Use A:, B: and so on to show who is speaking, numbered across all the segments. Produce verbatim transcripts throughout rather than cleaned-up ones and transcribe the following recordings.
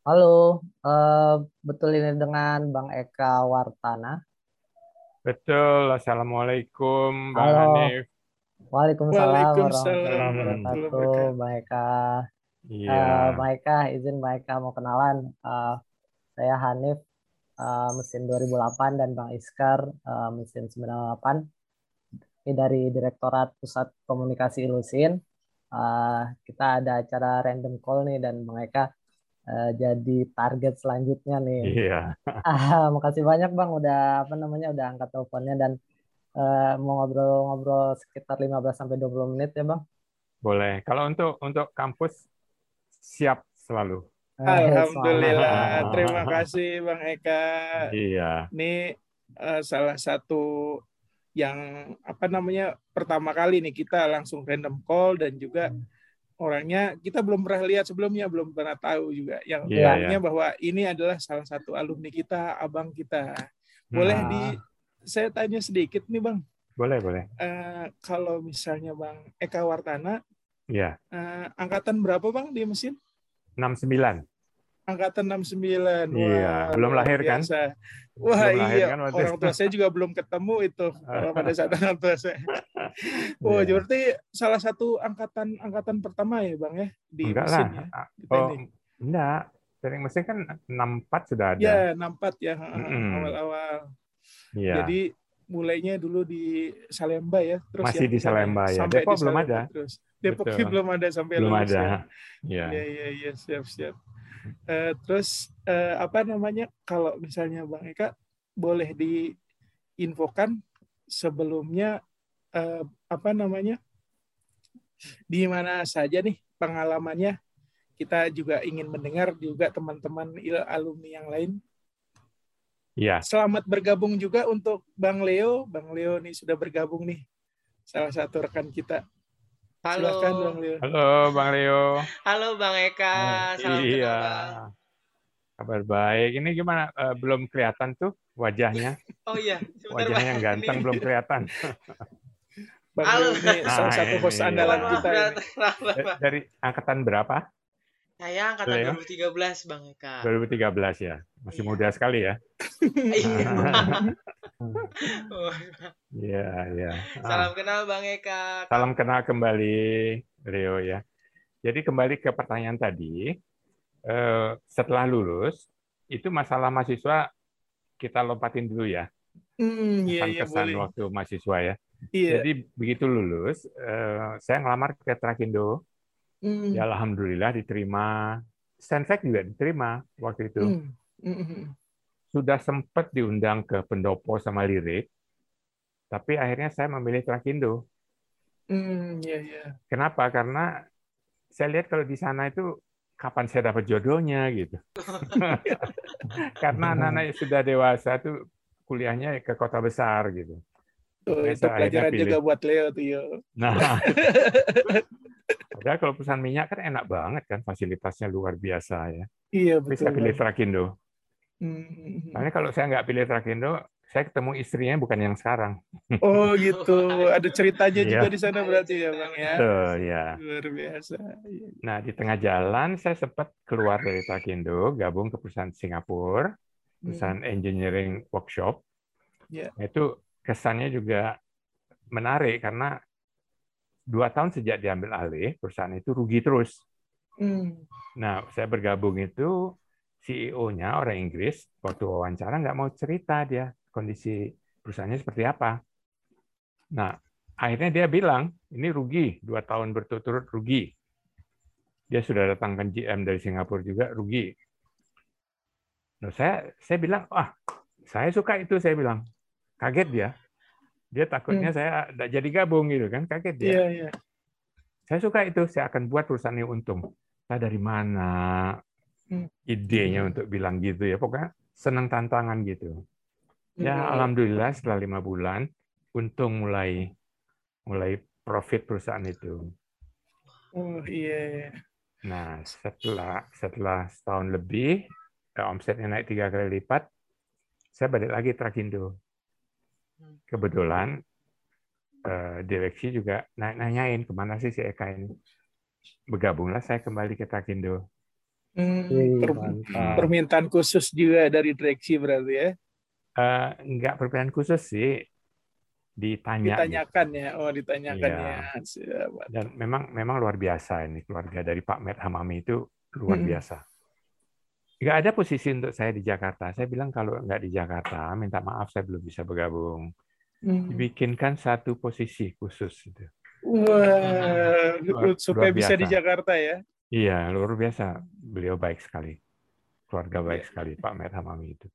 A: Halo, eh, betul ini dengan Bang Eka Wartana.
B: Betul. Assalamualaikum, Bang
A: Halo,
B: Hanif.
A: Waalaikumsalam
B: Hmm,
A: warahmatullahi
C: Waalaikumsalam warahmatullahi
A: wabarakatuh,
C: wabarakatuh.
A: Bang Eka.
B: iya.
A: Eh, Bang Eka, izin Bang Eka mau kenalan. Eh, saya Hanif, eh, mesin dua ribu delapan dan Bang Iskar, eh, mesin sembilan puluh delapan. Ini dari Direktorat Pusat Komunikasi Ilusin. Eh, kita ada acara random call nih dan Bang Eka eh, jadi target selanjutnya nih.
B: Iya,
A: Ah, makasih banyak Bang udah apa namanya udah angkat teleponnya dan eh, mau ngobrol-ngobrol sekitar lima belas sampai dua puluh menit ya, Bang.
B: boleh. Kalau untuk untuk kampus siap selalu.
A: Eh, semangat,
C: Alhamdulillah,
A: semangat.
C: terima kasih Bang Eka.
B: Iya.
C: Ini eh, salah satu yang apa namanya pertama kali nih kita langsung random call dan juga orangnya kita belum pernah lihat sebelumnya, belum pernah tahu juga. Yang
B: Iya,
A: Iya.
B: ya.
C: tahunya bahwa ini adalah salah satu alumni kita, abang kita. Boleh
B: Hmm,
C: di
A: Ah,
C: saya tanya sedikit nih Bang.
B: boleh, boleh.
C: Eh, kalau misalnya Bang Eka Wartana,
B: Iya.
C: eh, angkatan berapa Bang di mesin?
B: Enam sembilan.
C: Angkatan enam puluh sembilan.
B: Iya,
C: Wah,
B: belum
C: luar
B: lahir kan?
C: biasa. Wah,
B: Belum lahir
C: iya.
B: kan waktu
C: Orang
B: itu.
C: tua saya juga belum ketemu itu kalau pada saat orang tua saya. Oh,
B: Iya.
C: berarti salah satu angkatan angkatan pertama ya, Bang ya, di
B: Enggak lah.
C: mesin ya, di
B: Oh,
C: teknik.
B: enggak. Teknik mesin kan enam empat sudah ada.
C: Ya, enam puluh empat ya,
B: Mm-mm.
C: awal-awal.
B: Iya.
C: Jadi mulainya dulu di Salemba ya, terus
B: Masih
C: ya
B: di
C: rencananya
B: Salemba ya.
C: sampai
B: Depok
C: di
B: belum ada.
C: Salemba terus.
B: Betul.
C: Depoknya belum ada sampai
B: Belum
C: lulus
B: ada.
C: ya.
B: Iya.
C: Iya, iya, iya, siap, siap. Eh, terus eh, apa namanya? Kalau misalnya Bang Eka boleh diinfokan sebelumnya eh, apa namanya? Di mana saja nih pengalamannya? Kita juga ingin mendengar juga teman-teman il- alumni yang lain.
B: Iya.
C: Selamat bergabung juga untuk Bang Leo. Bang Leo nih sudah bergabung nih, salah satu rekan kita. Silakan
D: Halo,
C: Bang Leo.
B: Halo Bang Leo.
D: halo Bang Eka,
A: eh,
D: salam
B: Iya,
D: kenal Bang.
B: kabar baik. Ini gimana? Eh, belum kelihatan tuh wajahnya.
D: Oh iya, sebentar
B: Wajahnya yang
D: Bang, ini
B: ganteng belum kelihatan.
C: Bang
D: halo.
C: Leo ini salah
B: Nah,
C: satu
B: ini
C: host
B: ya.
D: Mohon
C: andalan
D: maaf
C: kita
D: udah
C: ini.
D: terlambat
B: Da-
D: Bang.
B: Dari angkatan berapa,
D: Saya angkatan
B: Leo?
D: dua ribu tiga belas Bang Eka.
B: dua ribu tiga belas ya. Masih
D: Iya,
B: muda sekali ya.
D: iya Bang.
B: Iya, iya. Ah,
D: Salam kenal Bang Eka.
B: salam
D: Kap-
B: kenal kembali, Leo ya. Jadi kembali ke pertanyaan tadi, eh, setelah lulus, itu masalah mahasiswa kita lompatin dulu ya.
C: Hmm, iya iya
B: Kesan-kesan
C: boleh.
B: waktu mahasiswa ya.
C: Iya.
B: Jadi begitu lulus, eh, saya ngelamar ke Trakindo.
C: Hmm,
B: Ya alhamdulillah diterima. Stanford juga diterima waktu itu.
C: hmm, hmm, hmm,
B: Sudah sempat diundang ke Pendopo sama Lirik, tapi akhirnya saya memilih Trakindo.
C: hmm, iya iya.
B: Kenapa? Karena saya lihat kalau di sana itu kapan saya dapat jodohnya gitu. Karena anak-anak yang sudah dewasa tuh kuliahnya ke kota besar gitu.
C: Oh,
B: Makanya
C: itu
B: saya akhirnya
C: pelajaran juga
B: pilih.
C: buat Leo tuh yo.
B: Nah, padahal kalau perusahaan minyak kan enak banget kan, fasilitasnya luar biasa ya.
C: Iya
B: Tapi
C: betul
B: saya pilih
C: Bang.
B: Trakindo.
C: Hmm, hmm, hmm.
B: Soalnya kalau saya nggak pilih Trakindo, saya ketemu istrinya bukan yang sekarang.
C: Oh gitu. Ada
D: Waduh,
C: ceritanya juga
B: Iya,
C: di sana
D: ada
C: berarti ya
D: cerita
C: Bang ya.
D: menarik
B: betul
D: sih.
B: ya.
C: Luar biasa. Iya.
B: Nah, di tengah jalan saya sempat keluar dari Trakindo, gabung ke perusahaan Singapura,
C: Hmm,
B: perusahaan engineering workshop.
C: ya.
B: Nah, itu kesannya juga menarik karena dua tahun sejak diambil alih, perusahaan itu rugi terus.
C: Hmm,
B: Nah, saya bergabung itu C E O-nya orang Inggris, waktu wawancara nggak mau cerita dia kondisi perusahaannya seperti apa. Nah, akhirnya dia bilang, ini rugi, dua tahun berturut-turut rugi. Dia sudah datangkan G M dari Singapura juga, rugi. Nah, saya saya bilang, ah, saya suka itu, saya bilang. Kaget dia. Dia takutnya
C: hmm.
B: saya tidak jadi gabung gitu kan, kaget dia.
C: Iya iya.
B: Saya suka itu, saya akan buat perusahaan ini untung. Saya dari mana
C: Hmm,
B: idenya untuk bilang gitu ya, pokoknya senang tantangan gitu. Ya,
C: hmm.
B: alhamdulillah setelah lima bulan, untung mulai mulai profit perusahaan itu.
C: Oh iya. Iya.
B: Nah, setelah setelah setahun lebih, eh, omsetnya naik tiga kali lipat, saya balik lagi Trakindo. Kebetulan eh, direksi juga nanyain kemana sih si Eka ini. Bergabunglah saya kembali ke Trakindo.
C: Hmm,
A: Wih,
C: per-
A: mantap.
C: permintaan khusus juga dari direksi berarti ya.
B: Eh, nggak perpilihan khusus sih, ditanya gitu.
C: Ditanyakan ya. Oh, ditanyakan
B: Iya.
C: ya. Siap.
B: Dan memang memang luar biasa ini keluarga dari Pak Met Hamami itu luar
C: Hmm.
B: biasa. Nggak ada posisi untuk saya di Jakarta. Saya bilang kalau nggak di Jakarta, minta maaf saya belum bisa bergabung.
C: Hmm.
B: Dibikinkan satu posisi khusus gitu.
C: Wah,
B: Luar,
C: supaya
B: luar
C: bisa
B: biasa.
C: di Jakarta ya.
B: Iya, luar biasa. Beliau baik sekali. Keluarga baik
C: Iya.
B: sekali Pak Met Hamami itu.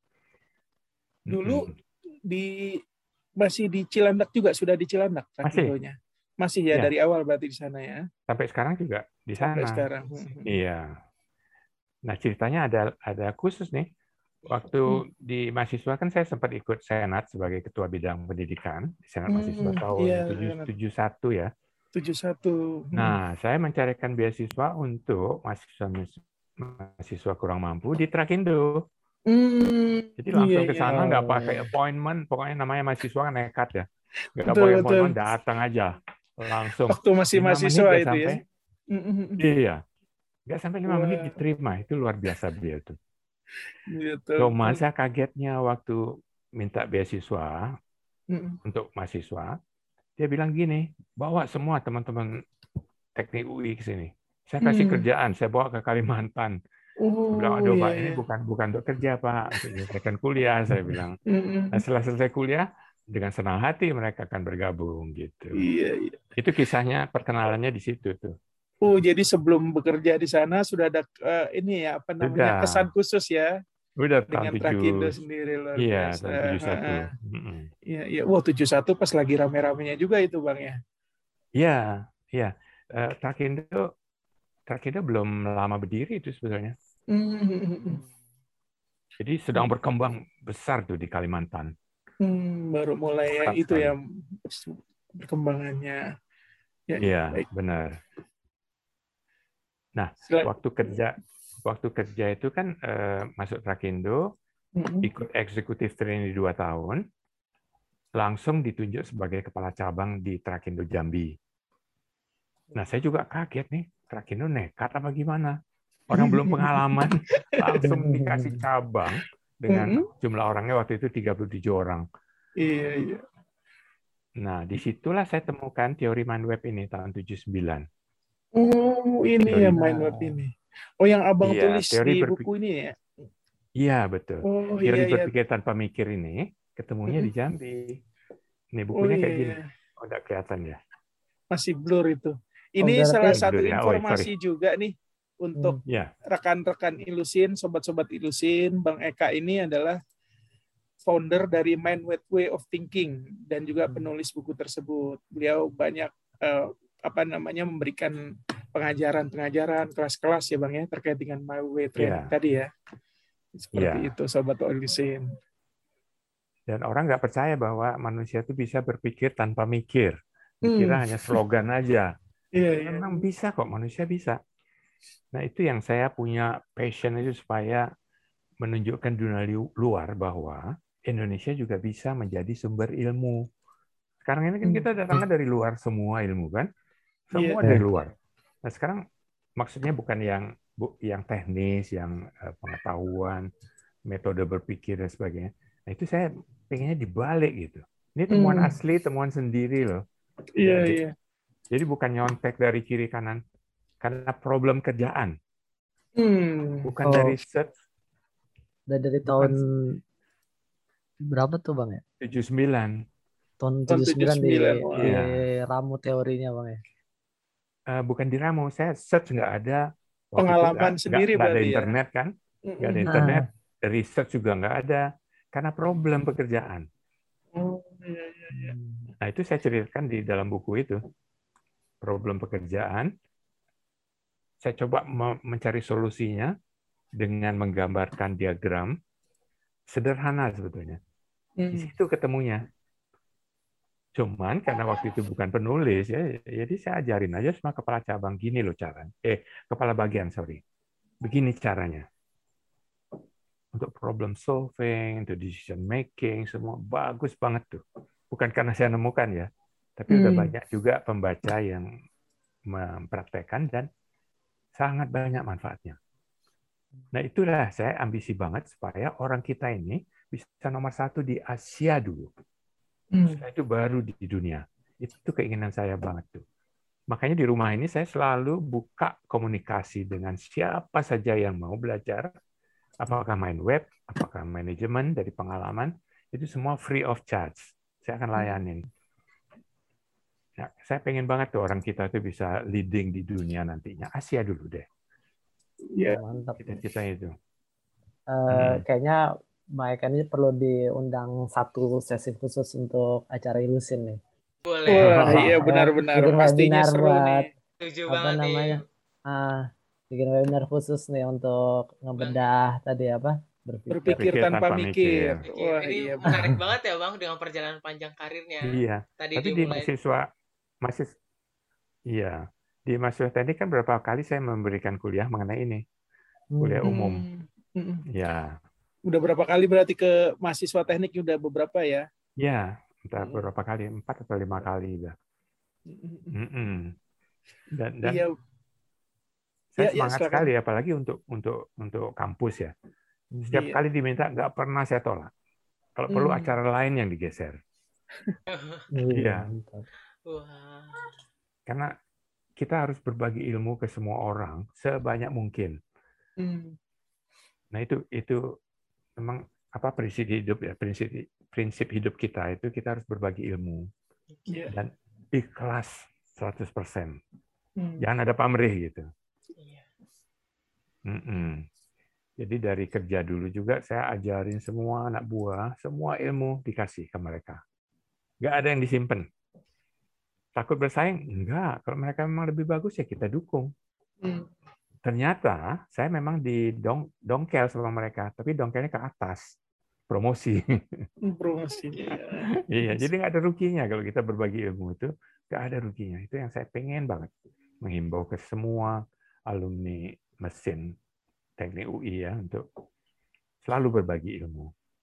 C: Dulu
B: Mm-mm.
C: di masih di Cilandak juga, sudah di Cilandak
B: Masih.
C: Trakindonya. Masih ya,
B: Iya.
C: dari awal berarti di sana ya.
B: Sampai sekarang juga di
C: Sampai
B: sana.
C: sekarang. Hmm.
B: Iya. Nah, ceritanya ada ada khusus nih. Waktu
C: Hmm.
B: di mahasiswa kan saya sempat ikut senat sebagai ketua bidang pendidikan di Senat Mahasiswa
C: Hmm,
B: tahun
C: iya,
B: tujuh
C: Renat.
B: tujuh satu ya.
C: tujuh satu. Hmm.
B: Nah, saya mencarikan beasiswa untuk mahasiswa mahasiswa kurang mampu di Trakindo.
C: Hmm,
B: Jadi
C: iya,
B: langsung ke
C: iya.
B: sana nggak pakai
A: Oh,
B: appointment, pokoknya namanya mahasiswa kan nekat ya. Nggak
C: Betul,
B: pakai
C: betul.
B: appointment, datang aja. Langsung
C: Waktu masih
B: lima menit
C: mahasiswa
B: nggak
C: itu ya.
B: sampai.
C: Hmm, hmm, hmm.
B: Iya, nggak sampai lima menit
C: Wah,
B: diterima. Itu luar biasa beliau tuh.
C: betul,
B: Cuma
C: betul.
B: saya kagetnya waktu minta beasiswa
C: Hmm.
B: untuk mahasiswa, dia bilang gini, bawa semua teman-teman teknik U I ke sini. Saya kasih
C: Hmm.
B: kerjaan, saya bawa ke Kalimantan. Saya bilang,
C: Oh,
B: aduh
C: iya,
B: Pak, ini
C: iya.
B: bukan bukan untuk kerja Pak, untuk menyelesaikan kuliah. Saya bilang.
C: Hmm, hmm.
B: Nah, setelah selesai kuliah, dengan senang hati mereka akan bergabung gitu.
C: Iya, iya.
B: Itu kisahnya, perkenalannya di situ tuh.
C: Oh, jadi sebelum bekerja di sana sudah ada eh, ini ya, apa namanya,
B: Sudah,
C: kesan khusus ya
B: udah tahun
C: dengan Trakindo
B: tujuh,
C: sendiri, luar
B: iya
C: biasa.
B: tahun tujuh satu.
C: Heeh. Iya, iya. Wah, tujuh satu pas lagi rame-ramenya juga itu, Bang ya.
B: Iya, iya. Eh, Trakindo, Trakindo belum lama berdiri itu sebenarnya.
C: Hmm.
B: Jadi sedang berkembang besar tuh di Kalimantan.
C: Hmm, baru mulai ya
B: Cepat
C: itu
B: sekali.
C: ya perkembangannya. Ya, ya,
B: Iya,
C: baik.
B: benar. Nah,
C: Sel-
B: waktu kerja waktu kerja itu kan eh, masuk Trakindo,
C: Mm-mm.
B: ikut eksekutif training dua tahun, langsung ditunjuk sebagai kepala cabang di Trakindo Jambi. Nah, saya juga kaget nih, Trakindo nekat apa gimana? Orang belum pengalaman, langsung dikasih cabang dengan
C: Mm-mm.
B: jumlah orangnya waktu itu tiga puluh tujuh orang.
C: Iya, iya.
B: Nah, disitulah saya temukan teori Mindweb ini tahun tujuh puluh sembilan.
C: Oh, ini
B: Teori,
C: ya Mindweb ini. Oh, yang abang
B: iya,
C: tulis
B: teori
C: di
B: berpikir,
C: buku ini ya.
B: iya betul.
C: Oh,
B: Teori
C: iya, iya.
B: berpikir tanpa mikir ini ketemunya di
C: Mm-mm.
B: Jambi. Ini
C: Oh,
B: bukunya
C: iya,
B: kayak gini.
C: iya.
B: Oh, udah kelihatan ya.
C: Masih blur itu.
A: oh
C: Ini
A: berarti
C: salah
B: Masih
C: satu
B: blur ya. Oh, sorry.
C: informasi juga nih untuk
A: hmm,
B: Ya,
C: rekan-rekan Ilusin, sobat-sobat Ilusin. Bang Eka ini adalah founder dari Mindweb Way of Thinking dan juga penulis buku tersebut. Beliau banyak eh, apa namanya memberikan pengajaran-pengajaran kelas-kelas ya Bang ya terkait dengan My Way training
B: iya,
C: tadi ya. Seperti
B: iya.
C: itu sobat Ilusin.
B: Dan orang nggak percaya bahwa manusia itu bisa berpikir tanpa mikir. Dikira
C: Hmm.
B: hanya slogan aja.
C: Iya,
B: Tapi
C: iya.
B: memang bisa kok, manusia bisa. Nah, itu yang saya punya passion itu supaya menunjukkan dunia lu- luar bahwa Indonesia juga bisa menjadi sumber ilmu. Sekarang ini kan kita datangnya dari luar semua ilmu kan?
C: Iya.
B: Semua dari luar. Nah, sekarang maksudnya bukan yang bu- yang teknis, yang eh, pengetahuan, metode berpikir dan sebagainya. Nah, itu saya pengennya dibalik gitu. Ini temuan
C: Hmm.
B: asli, temuan sendiri loh.
C: Iya,
B: Jadi,
C: iya.
B: jadi bukan nyontek dari kiri kanan karena problem kerjaan,
C: Hmm.
B: bukan
A: oh
B: dari search,
A: udah dari
B: bukan
A: tahun berapa tuh bang ya?
B: tujuh puluh sembilan.
A: Tahun
C: Tahun
A: tujuh puluh
C: tujuh
A: sembilan di
C: sembilan.
A: di
B: Iya,
A: ramu teorinya bang ya.
B: Eh, bukan di Ramo. Saya search nggak ada waktu itu, nggak
C: Pengalaman
B: nggak
C: sendiri
B: nggak ada
C: berarti ya.
B: internet kan, nggak ada
C: Mm-mm.
B: internet,
A: Nah,
B: research juga nggak ada karena problem pekerjaan.
C: Oh, iya, iya, iya.
B: Nah, itu saya ceritakan di dalam buku itu. Problem pekerjaan, saya coba me- mencari solusinya dengan menggambarkan diagram sederhana sebetulnya. Di
C: Hmm.
B: situ ketemunya. Cuman karena waktu itu bukan penulis ya, jadi saya ajarin aja sama kepala cabang gini loh caranya. Eh, kepala bagian, sorry. Begini caranya. Untuk problem solving, untuk decision making, semua bagus banget tuh. Bukan karena saya nemukan ya, tapi udah
C: Hmm.
B: banyak juga pembaca yang mempraktekkan dan sangat banyak manfaatnya. Nah itulah saya ambisi banget supaya orang kita ini bisa nomor satu di Asia dulu.
C: Hmm.
B: Setelah itu baru di dunia. Itu keinginan saya banget tuh. Makanya di rumah ini saya selalu buka komunikasi dengan siapa saja yang mau belajar, apakah main web, apakah manajemen dari pengalaman, itu semua free of charge. Saya akan layanin. Nah, saya pengen banget tuh orang kita tuh bisa leading di dunia nantinya. Asia dulu deh.
C: Ya.
A: Mantap.
B: Cita-cita itu.
A: Eh,
B: Hmm.
A: Kayaknya Mbak Eka ini perlu diundang satu sesi khusus untuk acara Ilusin nih.
D: Boleh.
C: Wah, iya
A: Ya,
C: benar-benar.
A: bikin
C: Pastinya
A: webinar
C: seru
A: buat
C: nih.
D: Setuju
A: apa
D: banget nih.
A: namanya? Ah, bikin webinar khusus nih untuk ngebedah tadi apa? Berpikir.
C: Berpikir
B: Berpikir
C: tanpa
B: tanpa
C: mikir.
B: mikir.
D: Pikir.
C: Wah,
D: Ini
C: iya.
D: menarik banget ya Bang dengan perjalanan panjang karirnya.
B: Iya.
D: Tadi
B: Tapi di
D: dimulai.
B: mahasiswa, mahasiswa, iya. Di mahasiswa teknik kan berapa kali saya memberikan kuliah mengenai ini. Kuliah umum.
C: Hmm. Hmm.
B: Ya.
C: Udah berapa kali berarti ke mahasiswa teknik? Udah beberapa ya?
B: Ya. Entah
C: Hmm.
B: berapa kali, empat atau lima kali udah. Mm-mm. Dan, dan
C: Iya.
B: saya
C: Ya, ya,
B: semangat
C: silakan.
B: sekali, apalagi untuk untuk untuk kampus ya. Setiap
C: Iya.
B: kali diminta nggak pernah saya tolak. Kalau perlu
C: Hmm.
B: acara lain yang digeser. Iya.
A: Mantap.
D: Wah.
B: Karena kita harus berbagi ilmu ke semua orang sebanyak mungkin.
C: Hmm.
B: Nah itu itu memang apa prinsip hidup ya, prinsip prinsip hidup kita itu kita harus berbagi ilmu
C: Iya.
B: dan ikhlas seratus persen.
C: Hmm.
B: Jangan ada pamrih gitu.
D: Iya.
B: Mm-mm. Jadi dari kerja dulu juga saya ajarin semua anak buah, semua ilmu dikasih ke mereka. Nggak ada yang disimpan. Takut bersaing? Enggak. Kalau mereka memang lebih bagus ya kita dukung.
C: Hmm.
B: Ternyata saya memang didong dongkel sama mereka, tapi dongkelnya ke atas. Promosi.
C: Promosinya.
B: Iya, jadi nggak ada ruginya kalau kita berbagi ilmu itu, nggak ada ruginya. Itu yang saya pengen banget menghimbau ke semua alumni mesin teknik U I ya untuk selalu berbagi ilmu.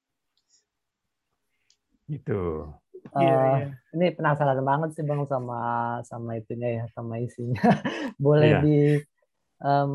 B: Gitu.
C: Iya,
A: Eh,
C: iya.
A: Ini penasaran banget sih Bang sama sama itunya ya, sama isinya. Boleh
B: Iya.
A: di em,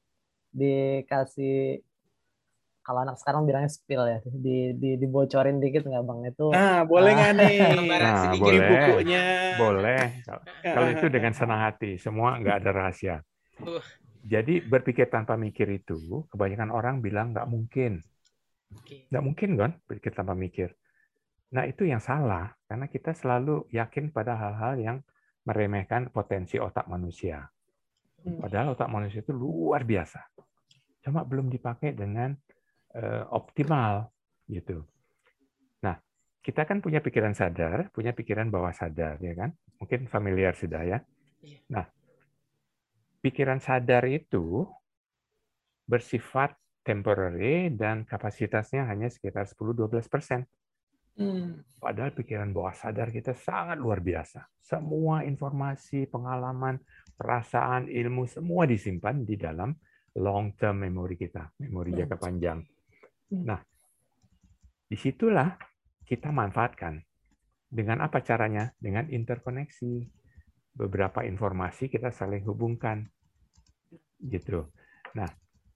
A: dikasih, kalau anak sekarang bilangnya spill ya, di, di dibocorin dikit nggak Bang itu?
C: Nah, boleh
A: ah,
C: nggak nih?
D: Gambaran
B: Nah,
D: sedikit.
C: Di
B: boleh.
C: bukunya.
B: Boleh. Kalau itu dengan senang hati, semua nggak ada rahasia.
D: Uh.
B: Jadi berpikir tanpa mikir itu, kebanyakan orang bilang nggak mungkin.
D: Oke.
B: Nggak mungkin kan berpikir tanpa mikir. Nah itu yang salah, karena kita selalu yakin pada hal-hal yang meremehkan potensi otak manusia. Padahal otak manusia itu luar biasa. Cuma belum dipakai dengan uh, optimal. Gitu. Nah, kita kan punya pikiran sadar, punya pikiran bawah sadar, ya kan? Mungkin familiar sudah ya. Nah, pikiran sadar itu bersifat temporary dan kapasitasnya hanya sekitar sepuluh sampai dua belas persen.
C: Hmm.
B: Padahal pikiran bawah sadar kita sangat luar biasa. Semua informasi, pengalaman, perasaan, ilmu, semua disimpan di dalam long term memory kita, memori jangka panjang. Nah, disitulah kita manfaatkan. Dengan apa caranya? Dengan interkoneksi. Beberapa informasi kita saling hubungkan. Gitu. Nah,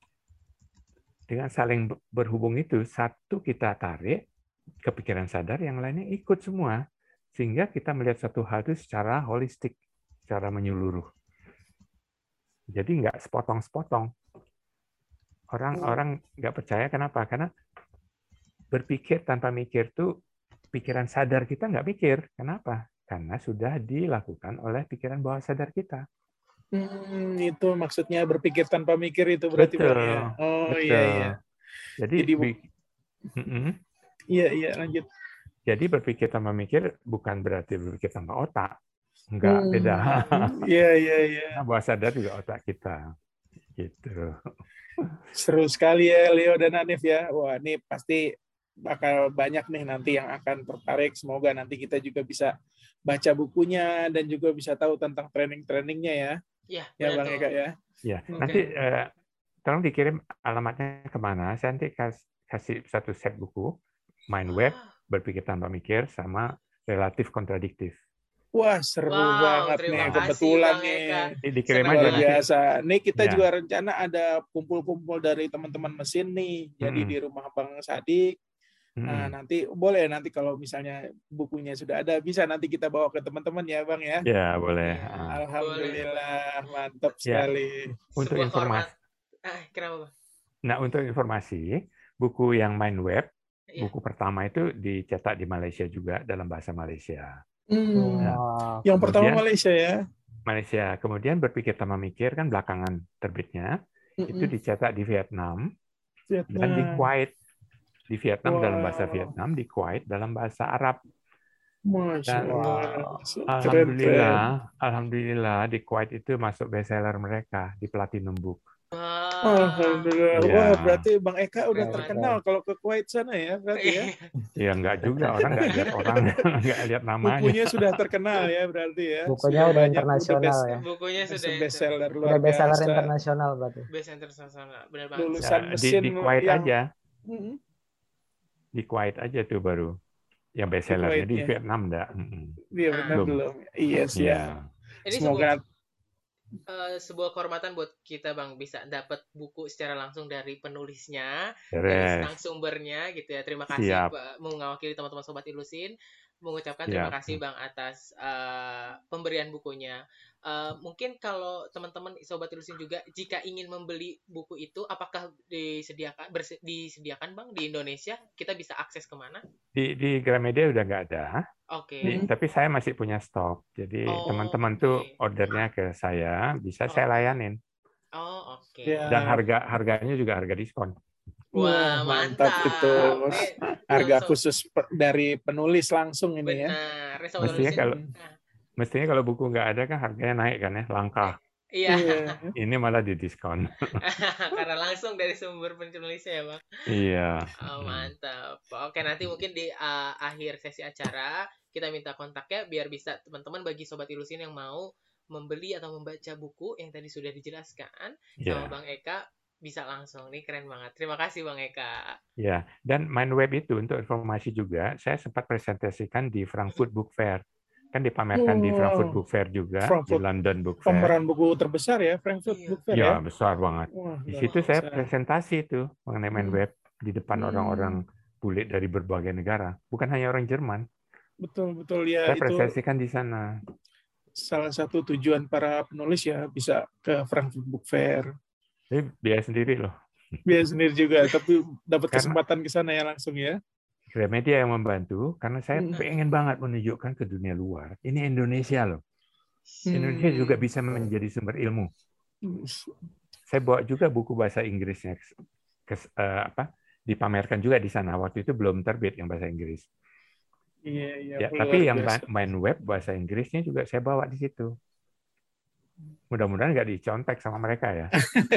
B: dengan saling berhubung itu, satu kita tarik ke pikiran sadar, yang lainnya ikut semua. Sehingga kita melihat satu hal itu secara holistik, secara menyeluruh. Jadi nggak sepotong-sepotong. Orang-orang nggak percaya, kenapa? Karena berpikir tanpa mikir tuh, pikiran sadar kita nggak mikir. Kenapa? Karena sudah dilakukan oleh pikiran bawah sadar kita.
C: Hmm, itu maksudnya berpikir tanpa mikir itu berarti
B: Betul,
C: Bang ya. Oh
B: betul.
C: iya iya.
B: Jadi,
C: Jadi
B: bi- Mm-mm.
C: iya iya lanjut.
B: Jadi berpikir tanpa mikir bukan berarti berpikir tanpa otak. Enggak,
C: Hmm,
B: beda.
C: Iya iya iya.
B: Nah, bawah sadar juga otak kita. Gitu.
C: Seru sekali ya Leo dan Hanif ya. Wah, ini pasti bakal banyak nih nanti yang akan tertarik. Semoga nanti kita juga bisa baca bukunya dan juga bisa tahu tentang training-trainingnya ya.
D: Ya,
C: Ya
D: benar
C: Bang
D: tuh.
C: Eka ya.
B: Ya,
C: Oke.
B: nanti eh, tolong dikirim alamatnya kemana. Saya nanti kas- kasih satu set buku, Mind Web,
D: Ah,
B: berpikir tanpa mikir, sama relatif kontradiktif.
C: Wah, seru
D: Wow,
C: banget nih.
D: terima kasih
C: Kebetulan
D: Bang
C: nih.
D: Eka.
B: Di- dikirim
D: Seru
B: aja
C: Luar
B: nanti.
D: banget.
C: biasa. Nih kita
B: Ya.
C: juga rencana ada kumpul-kumpul dari teman-teman mesin nih. Jadi
B: Mm-mm.
C: di rumah Bang Sadik. Nah,
B: Mm-mm.
C: nanti boleh nanti kalau misalnya bukunya sudah ada, bisa nanti kita bawa ke teman-teman ya, Bang ya.
B: Ya, boleh.
D: Iya,
B: Ah.
D: boleh.
C: Alhamdulillah, mantap
B: Ya,
C: sekali.
B: untuk
D: Sebuah
B: informasi.
D: kehormatan. Ah, kenapa Bang?
B: Nah, untuk informasi, buku yang Mind Web,
D: Iya.
B: buku pertama itu dicetak di Malaysia juga dalam bahasa Malaysia.
C: Hmm.
B: Nah,
A: Wah,
C: Yang pertama
B: kemudian
C: Malaysia ya.
B: Malaysia, kemudian berpikir sama mikir kan belakangan terbitnya, itu
C: Mm-mm.
B: dicetak di Vietnam dan di
C: Vietnam.
B: Kuwait. Di Vietnam dalam bahasa
C: Wow.
B: Vietnam, di Kuwait dalam bahasa Arab.
C: Masya
B: Dan
C: Allah.
A: wow.
C: Keren, keren.
B: alhamdulillah, alhamdulillah di Kuwait itu masuk bestseller mereka di Platinum Book.
D: Wah.
C: Alhamdulillah.
B: Iya.
C: Wah, berarti Bang Eka udah
D: Keren,
C: terkenal kalau ke Kuwait sana ya, berarti ya.
B: Ya enggak juga, orang nggak lihat orang, nggak lihat namanya.
C: Bukunya sudah terkenal ya, berarti ya.
A: Bukunya
C: Sudah
A: udah
C: banyak,
A: internasional
C: udah best,
A: ya.
D: Bukunya sudah
C: best seller luar
A: Udah bestseller
C: biasa.
A: internasional berarti.
D: best internasional. Benar banget.
C: Lulusan
B: Ya, di,
C: mesin
B: di Kuwait
C: yang
B: aja,
C: Mm-mm.
B: di Kuwait aja tuh baru yang
C: Di
B: bestsellernya.
C: Kuwait
B: Di
C: ya.
B: Vietnam enggak. Mm-mm.
C: Iya benar
B: Belum.
C: belum. Iya
B: Iya.
C: siap.
D: Ini sebuah
C: Semoga
D: eh, sebuah kehormatan buat kita Bang bisa dapat buku secara langsung dari penulisnya, dari
B: Beres.
D: narasumbernya gitu ya. Terima kasih
B: Siap.
D: Pak, mewakili teman-teman Sobat Ilusin mengucapkan terima
B: Siap.
D: kasih Bang atas eh, pemberian bukunya. Eh, mungkin kalau teman-teman Sobat Ilusin juga jika ingin membeli buku itu, apakah disediakan berse- disediakan Bang di Indonesia? Kita bisa akses kemana?
B: Di di Gramedia udah nggak ada.
D: Oke.
B: Di-
C: Mm-mm.
B: tapi saya masih punya stok. Jadi
D: Oh,
B: teman-teman
D: oke.
B: tuh ordernya ke saya, bisa saya
D: Oke.
B: layanin.
D: Oh, oke.
C: Ya.
B: Dan harga harganya juga harga diskon.
D: Wah,
C: Wah, mantap itu.
D: Ini
C: Harga
D: so-
C: khusus pe- dari penulis langsung ini ya.
D: benar. Ini Sobat
B: Mestinya
D: Ilusin.
B: kalau
D: Nah,
B: mestinya kalau buku nggak ada kan harganya naik kan ya, langka.
D: iya.
C: Iya.
B: Ini malah didiskon.
D: Karena langsung dari sumber penulisnya ya, Bang.
B: Iya.
D: Oh, mantap. Oke, nanti mungkin di uh, akhir sesi acara kita minta kontaknya biar bisa teman-teman bagi Sobat Ilusin yang mau membeli atau membaca buku yang tadi sudah dijelaskan sama
B: Iya.
D: Bang Eka bisa langsung. Nih keren banget. Terima kasih Bang Eka.
B: Ya, dan Mind Web itu untuk informasi juga, saya sempat presentasikan di Frankfurt Book Fair. Kan dipamerkan di Frankfurt
C: Wow.
B: Book Fair juga,
C: Frankfurt.
B: di London Book Fair.
C: Pameran buku terbesar ya, Frankfurt
D: Iya.
C: Book Fair ya.
B: Ya, besar banget.
C: Wah,
B: Di
C: luar
B: situ saya
C: biasa.
B: presentasi itu mengenai Mind
C: Hmm.
B: Web di depan
C: Hmm.
B: orang-orang bule dari berbagai negara. Bukan hanya orang Jerman.
C: Betul betul ya,
B: Saya
C: itu
B: presentasikan di sana.
C: salah satu tujuan para penulis ya bisa ke Frankfurt Book Fair.
B: Jadi biaya sendiri loh.
C: Biaya sendiri juga, tapi dapat
B: Karena-
C: kesempatan ke sana ya langsung ya.
B: Gramedia yang membantu, karena saya
C: Hmm.
B: pengen banget menunjukkan ke dunia luar. Ini Indonesia loh.
C: Hmm.
B: Indonesia juga bisa menjadi sumber ilmu. Saya bawa juga buku bahasa Inggrisnya ke, eh, apa dipamerkan juga di sana. Waktu itu belum terbit yang bahasa Inggris.
C: Iya, iya.
B: Ya,
C: luar
B: tapi yang
C: biasa.
B: main web bahasa Inggrisnya juga saya bawa di situ. Mudah-mudahan nggak dicontek sama mereka ya.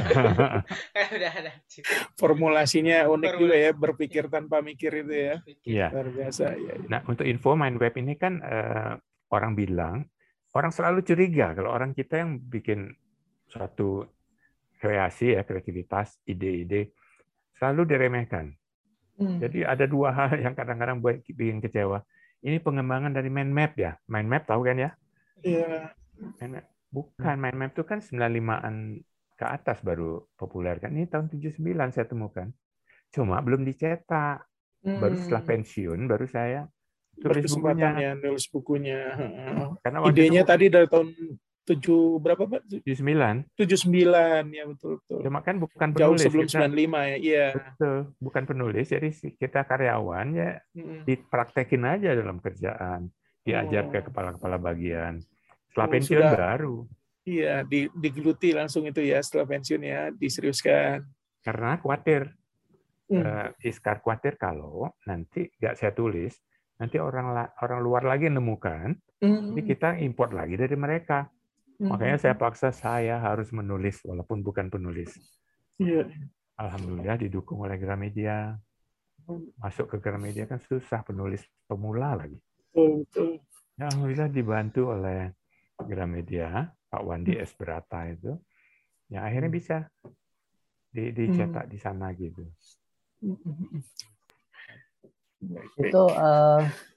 D: Udah ada.
C: Formulasinya unik
D: Formulasi.
C: juga ya, berpikir tanpa mikir itu ya.
B: Iya.
C: Luar biasa ya.
B: Nah, untuk info main web ini kan eh, orang bilang, orang selalu curiga kalau orang kita yang bikin suatu kreasi ya, kreativitas, ide-ide selalu diremehkan.
C: Hmm.
B: Jadi ada dua hal yang kadang-kadang buat bikin kecewa. Ini pengembangan dari mind map ya. Mind map tahu kan ya?
C: Iya.
B: Mind map. Bukan, mind map itu kan sembilan puluh limaan ke atas baru populer kan. Ini tahun tujuh puluh sembilan saya temukan. Cuma belum dicetak. Baru setelah pensiun baru saya tulis
C: Berkesempatan
B: bukunya.
C: ya nulis bukunya.
B: Karena waktu
C: Idenya
B: itu
C: tadi dari tahun tujuh berapa Pak?
B: tujuh puluh sembilan.
C: tujuh puluh sembilan ya, betul betul.
B: Cuma kan bukan
C: Jauh
B: penulis.
C: sebelum
B: kita,
C: sembilan puluh lima ya. Iya.
B: Betul, bukan penulis. Jadi kita karyawan ya
C: Mm-mm.
B: dipraktekin aja dalam kerjaan. Diajar
C: Oh.
B: ke kepala-kepala bagian. Setelah
C: Oh,
B: pensiun
C: sudah.
B: baru.
C: Iya, di, digeluti langsung itu ya setelah pensiun ya, diseriuskan.
B: Karena khawatir.
C: Hmm.
B: Uh, Iskar khawatir kalau nanti nggak saya tulis, nanti orang la- orang luar lagi nemukan,
C: Hmm.
B: jadi kita import lagi dari mereka.
C: Hmm.
B: Makanya saya paksa saya harus menulis walaupun bukan penulis.
C: Iya.
B: Alhamdulillah didukung oleh Gramedia. Masuk ke Gramedia kan susah, penulis pemula lagi.
C: Betul, betul.
B: Ya, alhamdulillah dibantu oleh Gramedia, Pak Wandi S. Berata itu. Ya akhirnya bisa di, dicetak di sana gitu.
A: Itu uh,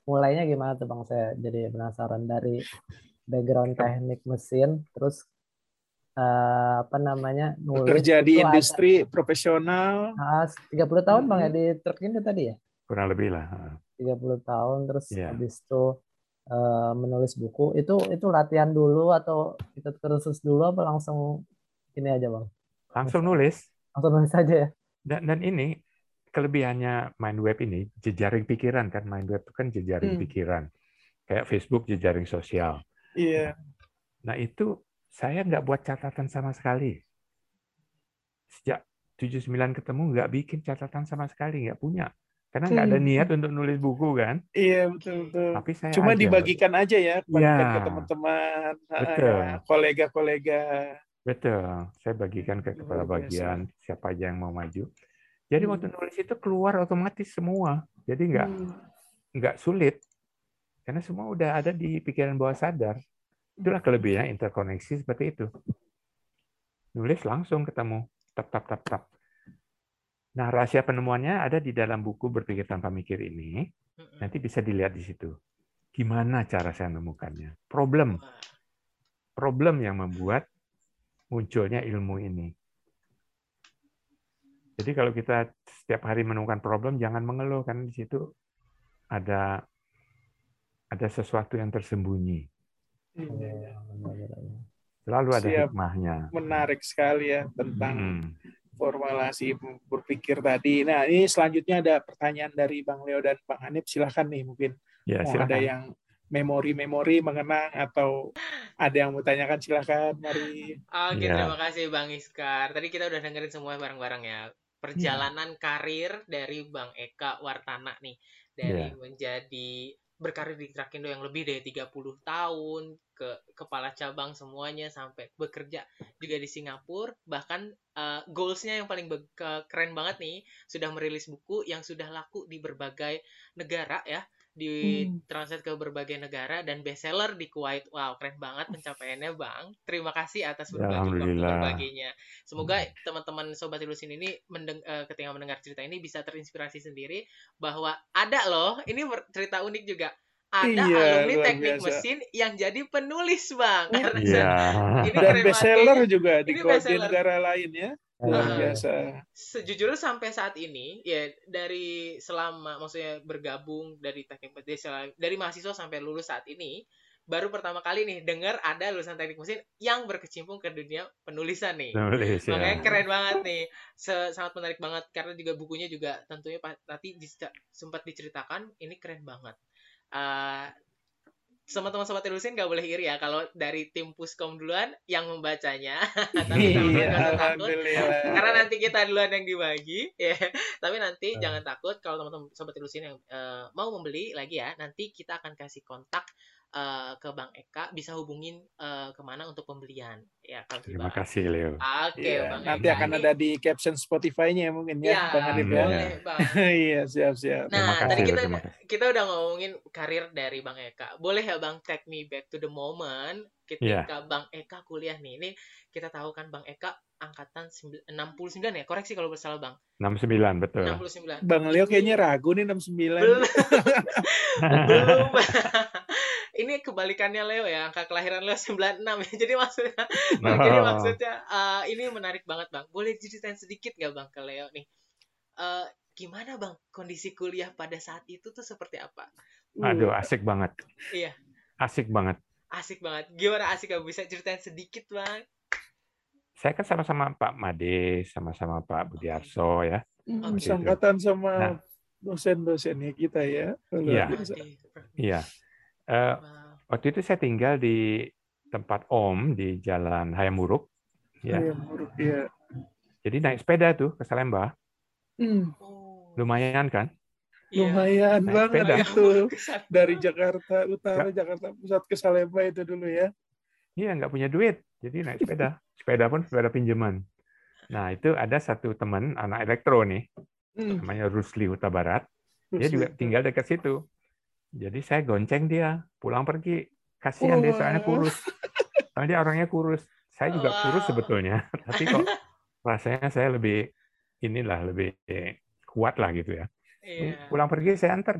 A: mulainya gimana tuh Bang? Saya jadi penasaran dari background teknik mesin, terus eh, apa namanya nulis
C: Bekerja di
A: itu ada
C: industri profesional.
A: ah, tiga puluh tahun Bang ya
C: Mm-mm.
A: di truk ini tadi ya?
B: Kurang lebih lah.
A: tiga puluh tahun terus
B: Iya.
A: habis itu eh, menulis buku. Itu itu latihan dulu atau ikut kursus dulu apa langsung ini aja Bang?
B: Langsung nulis.
A: Langsung nulis aja ya?
B: Dan, dan ini kelebihannya main web ini, jejaring pikiran kan. Main web itu kan jejaring
C: Hmm.
B: pikiran. Kayak Facebook jejaring sosial.
C: Iya.
B: Nah itu saya nggak buat catatan sama sekali. Sejak tujuh puluh sembilan ketemu nggak bikin catatan sama sekali, nggak punya. Karena nggak ada
C: Hmm.
B: niat untuk nulis buku kan.
C: Iya, betul betul.
B: Tapi saya
C: Cuma
B: ajar.
C: dibagikan aja ya, bagikan
B: Ya,
C: ke teman-teman, ah,
B: betul.
C: ya, kolega-kolega.
B: Betul. Saya bagikan ke kepala
C: Luar biasa.
B: bagian, siapa aja yang mau maju. Jadi
C: Hmm.
B: waktu nulis itu keluar otomatis semua. Jadi nggak
C: Hmm.
B: nggak sulit. Karena semua udah ada di pikiran bawah sadar. Itulah kelebihan interkoneksi seperti itu. Nulis langsung ketemu. Tap, tap, tap, tap. Nah, rahasia penemuannya ada di dalam buku Berpikir Tanpa Mikir ini.
D: Mm-mm.
B: Nanti bisa dilihat di situ. Gimana cara saya menemukannya? Problem.
D: Wah.
B: Problem yang membuat munculnya ilmu ini. Jadi kalau kita setiap hari menemukan problem, jangan mengeluh. Karena di situ ada ada sesuatu yang tersembunyi.
C: Iya.
B: Selalu ada
C: Siap.
B: hikmahnya.
C: Menarik sekali ya tentang
B: Hmm.
C: formulasi berpikir tadi. Nah, ini selanjutnya ada pertanyaan dari Bang Leo dan Bang Hanif. Silahkan nih, mungkin
B: Ya,
C: mau ada
B: silakan.
C: yang memori-memori mengenang atau ada yang mau tanyakan, silahkan. Mari.
D: Oke,
B: Ya.
D: terima kasih Bang Iskar. Tadi kita udah dengerin semua bareng-bareng ya. Perjalanan karir dari Bang Eka Wartana nih. Dari
B: Ya.
D: menjadi berkarir di Trakindo yang lebih dari tiga puluh tahun, ke kepala cabang semuanya, sampai bekerja juga di Singapura. Bahkan uh, goals-nya yang paling be- ke- keren banget nih, sudah merilis buku yang sudah laku di berbagai negara ya. Di
C: Hmm.
D: translate ke berbagai negara dan bestseller di Kuwait. Wow, keren banget pencapaiannya Bang. Terima kasih atas
B: Ya,
D: berbagi waktu
B: alhamdulillah.
D: berbaginya. Semoga teman-teman Sobat Ilusin ini mendeng- eh, ketika mendengar cerita ini bisa terinspirasi sendiri bahwa ada loh, ini ber- cerita unik juga. Ada
C: Iya,
D: alumni
C: luar
D: teknik
C: biasa.
D: mesin yang jadi penulis Bang.
C: Hmm.
D: Karena
B: Iya.
D: ini
C: Dan
D: keren banget
C: bestseller
D: kayaknya.
C: juga di,
D: Ini
C: ko- di
D: bestseller.
C: negara lain ya. Luar
D: Heeh.
C: biasa.
D: Sejujurnya sampai saat ini ya, dari selama maksudnya bergabung dari teknik mesin, dari mahasiswa sampai lulus saat ini, baru pertama kali nih dengar ada lulusan teknik mesin yang berkecimpung ke dunia penulisan nih.
B: Nulis ya.
D: Makanya keren banget nih. Se- sangat menarik banget karena juga bukunya juga tentunya pa- nanti dis- sempat diceritakan, ini keren banget. Uh, sama teman-teman Ilusin gak boleh iri ya kalau dari tim Puskom duluan yang membacanya. Tapi teman-teman
C: Iya,
D: gak usah takut
C: alhamdulillah.
D: karena nanti kita duluan yang dibagi ya. Tapi nanti
B: Hmm.
D: jangan takut kalau teman-teman Sobat Ilusin yang uh, mau membeli lagi ya, nanti kita akan kasih kontak uh, ke Bang Eka, bisa hubungin uh, kemana untuk pembelian ya kalau
B: Terima
D: dibahas.
B: kasih, Leo.
D: Oke,
C: Iya,
D: Bang
C: nanti
D: Eka
C: akan
D: ini,
C: ada di caption Spotify-nya mungkin ya,
D: ya,
C: Bang Hanif ya.
D: boleh Bang.
C: Iya, siap-siap.
B: Terima
D: Nah,
B: kasih,
D: tadi
B: Leo.
D: kita
B: Terima
D: udah,
B: kasih.
D: kita udah ngomongin karir dari Bang Eka. Boleh ya Bang take me back to the moment ketika Bang Eka kuliah nih. Ini kita tahu kan Bang Eka angkatan enam puluh sembilan ya. Koreksi kalau bersalah Bang.
B: enam puluh sembilan, betul.
D: enam puluh sembilan.
C: Bang Leo
D: Ini
C: kayaknya ragu nih enam puluh sembilan.
D: belum. Belum. Ini kebalikannya Leo ya, angka kelahiran Leo sembilan puluh enam ya. Jadi maksudnya
B: Oh.
D: jadi maksudnya uh, ini menarik banget Bang. Boleh ceritain sedikit nggak Bang ke Leo nih? Uh, gimana Bang kondisi kuliah pada saat itu tuh seperti apa?
B: Aduh, asik banget.
D: Iya.
B: Asik banget.
D: Asik banget. Gimana asik? Gak bisa ceritain sedikit Bang?
B: Saya kan sama-sama Pak Made, sama-sama Pak Budiarso ya.
C: Hmm,
D: Oke.
C: sangkatan sama
B: Nah.
C: dosen-dosennya kita ya. Luar
B: Iya.
C: biasa.
B: Iya. Eh,
D: Wow.
B: waktu itu saya tinggal di tempat Om di Jalan Hayam Wuruk. Ya.
C: Iya, Muruk, iya.
B: Jadi naik sepeda tuh ke Salemba.
C: Hmm,
D: Oh.
B: Lumayan kan?
D: Iya.
C: lumayan
B: Naik
C: banget
B: sepeda.
C: itu.
D: Kesan.
C: Dari Jakarta Utara,
B: Nggak.
C: Jakarta Pusat ke Salemba itu dulu ya.
B: Iya, nggak punya duit. Jadi naik sepeda. Sepeda pun sepeda pinjaman. Nah, itu ada satu teman, anak elektro nih.
C: Hmm,
B: Namanya Rusli Huta Barat. Dia
C: terus
B: juga
C: itu.
B: tinggal dekat situ. Jadi saya gonceng dia, pulang pergi. Kasihan dia soalnya
C: Wah.
B: kurus. Soalnya dia orangnya kurus. Saya juga kurus
D: Wow.
B: sebetulnya. Tapi kok rasanya saya lebih, inilah, lebih kuat lah gitu ya.
D: Iya.
B: Pulang pergi saya antar dia.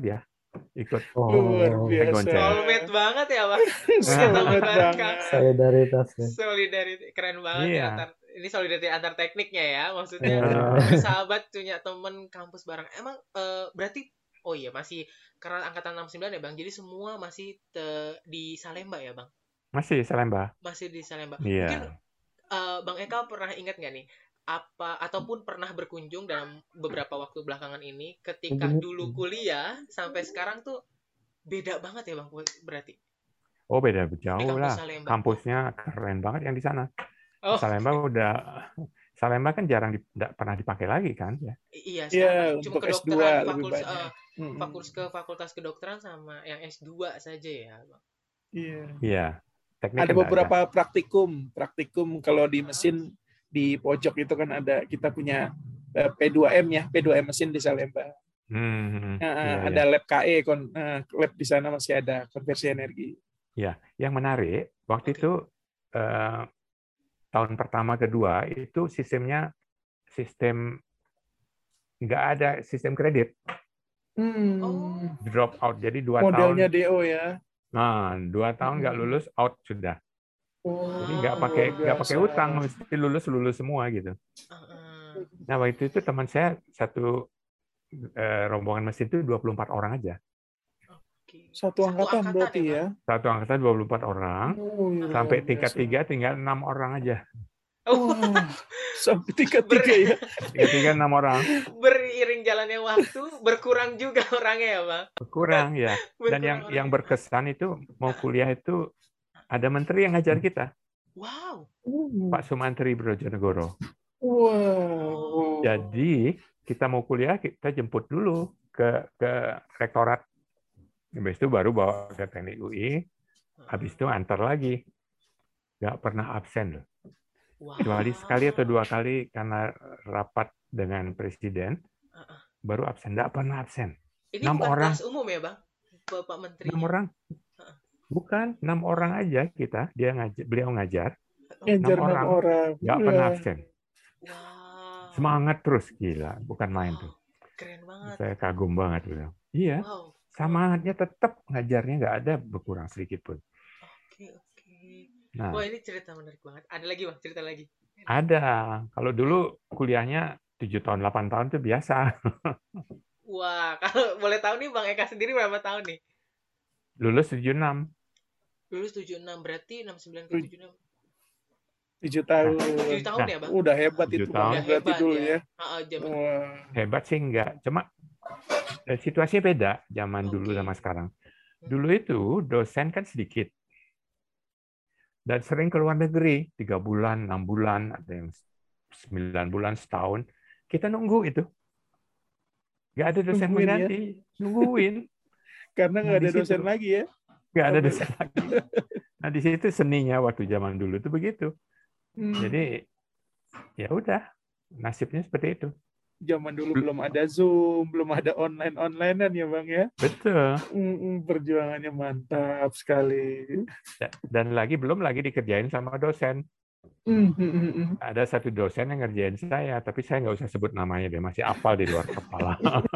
B: ikut
C: Luar
A: Oh,
C: biasa.
B: konser.
D: Soulmate banget ya, Bang. Punya teman
C: Soulmate
D: bareng, Kang.
C: banget.
A: solidaritas ya.
D: Solidarity keren banget ya
B: Iya.
D: antar ini solidarity antar tekniknya ya. Maksudnya
A: Eh,
D: bersahabat punya temen kampus bareng. Emang eh, berarti oh iya masih karena angkatan enam puluh sembilan ya, Bang. Jadi semua masih te- di Salemba ya, Bang.
B: Masih Salemba.
D: Masih di Salemba.
B: Iya.
D: Mungkin eh, Bang Eka pernah ingat nggak nih apa ataupun pernah berkunjung dalam beberapa waktu belakangan ini ketika dulu kuliah sampai sekarang tuh beda banget ya, Bang, berarti
B: Oh, beda
D: di
B: jauh
D: kampus
B: lah.
D: Salemba.
B: Kampusnya keren banget yang di sana.
D: Oh,
B: Salemba udah Salemba kan jarang di, nggak pernah dipakai lagi kan ya.
D: iya,
C: Iya,
D: sekarang cuma
C: untuk S dua
D: kedokteran,
C: lebih
D: fakultas
C: banyak.
D: eh,
C: Mm-mm.
D: fakultas ke fakultas kedokteran sama yang S dua saja ya, Bang.
C: Iya.
B: Iya. Teknik
C: Ada
B: kan nggak
C: beberapa praktikum, praktikum kalau di mesin di pojok itu kan ada kita punya eh, P dua M ya, P dua M mesin di Salemba.
B: Hmm,
C: Nah,
B: iya,
C: ada
B: iya.
C: lab K E, kon, eh, lab di sana masih ada konversi energi.
B: Ya, yang menarik waktu
D: Oke.
B: itu eh, tahun pertama kedua itu sistemnya sistem nggak ada sistem kredit,
C: Hmm.
D: Oh,
B: drop out. Jadi dua
C: Modelnya
B: tahun,
C: D O ya.
B: nah dua tahun nggak lulus out sudah.
C: Oh,
B: Jadi nggak
D: Wow.
B: pakai
C: luar
B: nggak pakai
C: biasa.
B: utang, mesti lulus lulus semua gitu.
D: uh-uh.
B: Nah waktu itu teman saya satu eh, rombongan mesin itu dua puluh empat orang aja.
D: Oke.
C: Satu angkatan berarti
D: Bang.
C: ya.
B: Satu angkatan dua puluh empat orang,
C: Oh, iya, luar
B: sampai tingkat
C: biasa.
B: tiga tinggal enam orang aja.
D: Oh,
C: Wah, sampai tingkat
D: Ber-
C: tiga ya.
B: Tingkat tiga enam orang.
D: beriring jalannya waktu berkurang juga orangnya ya, Bang.
B: Kurang ya. Dan
D: Berkurang
B: yang
D: orangnya.
B: yang berkesan itu mau kuliah itu ada menteri yang ngajar kita,
D: Wow.
B: Pak Sumantri Brojonegoro.
C: Wow.
B: Jadi kita mau kuliah kita jemput dulu ke ke rektorat. Habis itu baru bawa ke teknik U I. Habis itu antar lagi. Nggak pernah absen loh.
D: Wow.
B: Kecuali sekali atau dua kali karena rapat dengan presiden,
D: Uh-uh.
B: baru absen. Nggak pernah absen.
D: Ini
B: Enam
D: bukan
B: orang.
D: kelas umum ya, Bang? Bapak Menteri.
B: Enam orang. Bukan, enam orang aja kita. Dia ngajar, beliau ngajar.
C: Ngajar
B: Enam
C: enam
B: orang.
C: orang.
B: Nggak
C: Wah.
B: pernah absen.
D: Wow.
B: Semangat terus, gila. Bukan main tuh.
D: Keren banget.
B: Saya kagum banget beliau. Iya,
D: Wow.
B: semangatnya tetap, ngajarnya nggak ada berkurang sedikit pun.
D: Oke, oke.
B: Nah,
D: Wah, ini cerita menarik banget. Ada lagi, Bang? Cerita lagi.
B: ada. Kalau dulu kuliahnya tujuh tahun, delapan tahun itu biasa.
D: Wah, kalau boleh tahu nih Bang Eka sendiri berapa tahun nih?
B: Lulus tujuh enam.
D: Lulus tujuh enam, berarti enam puluh sembilan ke tujuh enam.
C: Tujuh tahun.
D: tujuh tahun
B: Nah,
D: ya, Bang?
C: Udah hebat
B: tujuh
C: itu
B: tahun.
C: Bang, berarti
D: Hebat
C: dulu
D: ya.
C: ya.
D: Heeh, zaman.
C: Wah.
B: Hebat sih enggak. Cuma eh, situasinya beda zaman dulu
D: Oke.
B: sama sekarang. Dulu itu dosen kan sedikit. Dan sering ke luar negeri, tiga bulan, enam bulan, ada yang sembilan bulan, setahun. Kita nunggu itu. Nggak ada dosen
C: Nungguin ya.
B: mengganti. Nungguin.
C: Karena
B: Nah,
C: nggak
B: di
C: ada dosen
B: situ.
C: lagi ya.
B: Nggak ada
C: Sampai-
B: dosen lagi. Nah, di situ seninya waktu zaman dulu itu begitu.
C: Hmm.
B: Jadi, ya udah. Nasibnya seperti itu.
C: Zaman dulu belum ada Zoom, belum ada online-onlinean ya Bang ya.
B: Betul.
C: Mm-mm, perjuangannya mantap sekali.
B: Dan lagi belum lagi dikerjain sama dosen.
C: Mm-mm.
B: Ada satu dosen yang ngerjain saya, tapi saya nggak usah sebut namanya, dia masih hafal di luar kepala.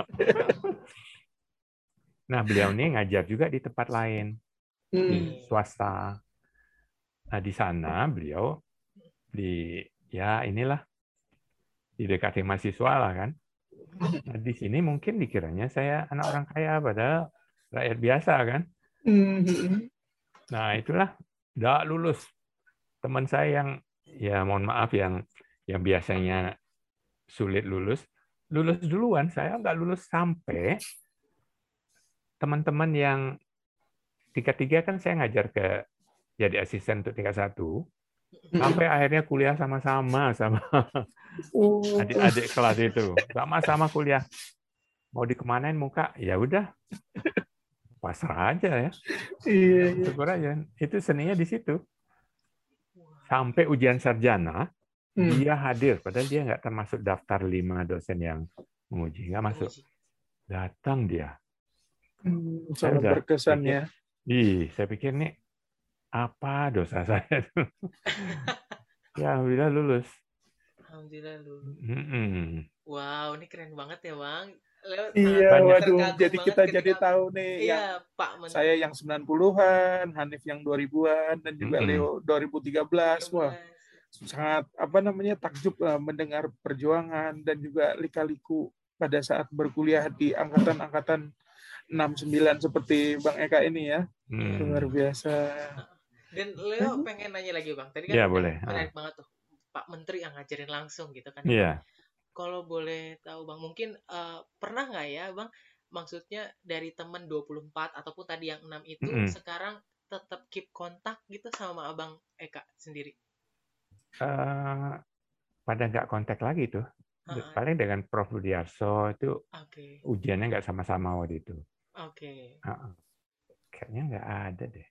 B: Nah, beliau ini ngajar juga di tempat lain, di swasta. Nah, di sana beliau di ya inilah didekati mahasiswa lah kan. Nah, di sini mungkin dikiranya saya anak orang kaya, padahal rakyat biasa kan.
C: Mm-mm.
B: Nah, itulah nggak lulus. Teman saya yang ya mohon maaf yang yang biasanya sulit lulus, lulus duluan. Saya nggak lulus sampai teman-teman yang tingkat tiga kan saya ngajar ke jadi asisten untuk tingkat satu, sampai akhirnya kuliah sama-sama sama
C: Oh.
B: adik-adik kelas itu, sama-sama kuliah. Mau dikemanain muka, ya udah pasrah aja ya,
C: Iya, iya.
B: syukur aja. Itu seninya di situ. Sampai ujian sarjana
C: Hmm.
B: dia hadir, padahal dia nggak termasuk daftar lima dosen yang menguji, nggak masuk. Datang dia.
C: Hmm,
B: Saya
C: sangat
B: udah
C: berkesan
B: pikir,
C: ya.
B: Ih, saya pikir nih apa dosa saya tuh? Ya, alhamdulillah lulus.
D: Alhamdulillah lu.
B: Mm-mm.
D: Wow, ini keren banget ya, Bang. Leo
C: Iya,
D: sangat
C: waduh.
D: terkagum
C: Jadi
D: banget
C: kita jadi
D: ketika
C: tahu nih
D: iya
C: yang
D: Pak Menteri
C: saya yang sembilan puluhan, Hanif yang dua ribuan, dan juga
B: Mm-mm.
C: Leo dua ribu tiga belas. Wah,
D: tiga belas.
C: sangat apa namanya takjub lah mendengar perjuangan dan juga lika-liku pada saat berkuliah di angkatan-angkatan enam sembilan seperti Bang Eka ini ya.
B: Hmm.
C: Luar biasa.
D: Dan Leo pengen nanya lagi Bang. Tadi kan
B: Ya
D: udah
B: boleh.
D: menarik
B: Ah.
D: banget tuh Pak Menteri yang ngajarin langsung gitu kan ya.
B: Iya.
D: Bang. Kalau boleh tahu Bang, mungkin eh, pernah nggak ya Bang, maksudnya dari teman dua puluh empat ataupun tadi yang enam itu
B: Mm-mm.
D: sekarang tetap keep kontak gitu sama Abang Eka sendiri?
B: Eh, pada nggak kontak lagi tuh.
D: Ha-ha.
B: Paling dengan Prof Budiarso itu
D: Oke,
B: ujiannya nggak sama-sama waktu itu.
D: oke.
B: Ah, kayaknya nggak ada deh.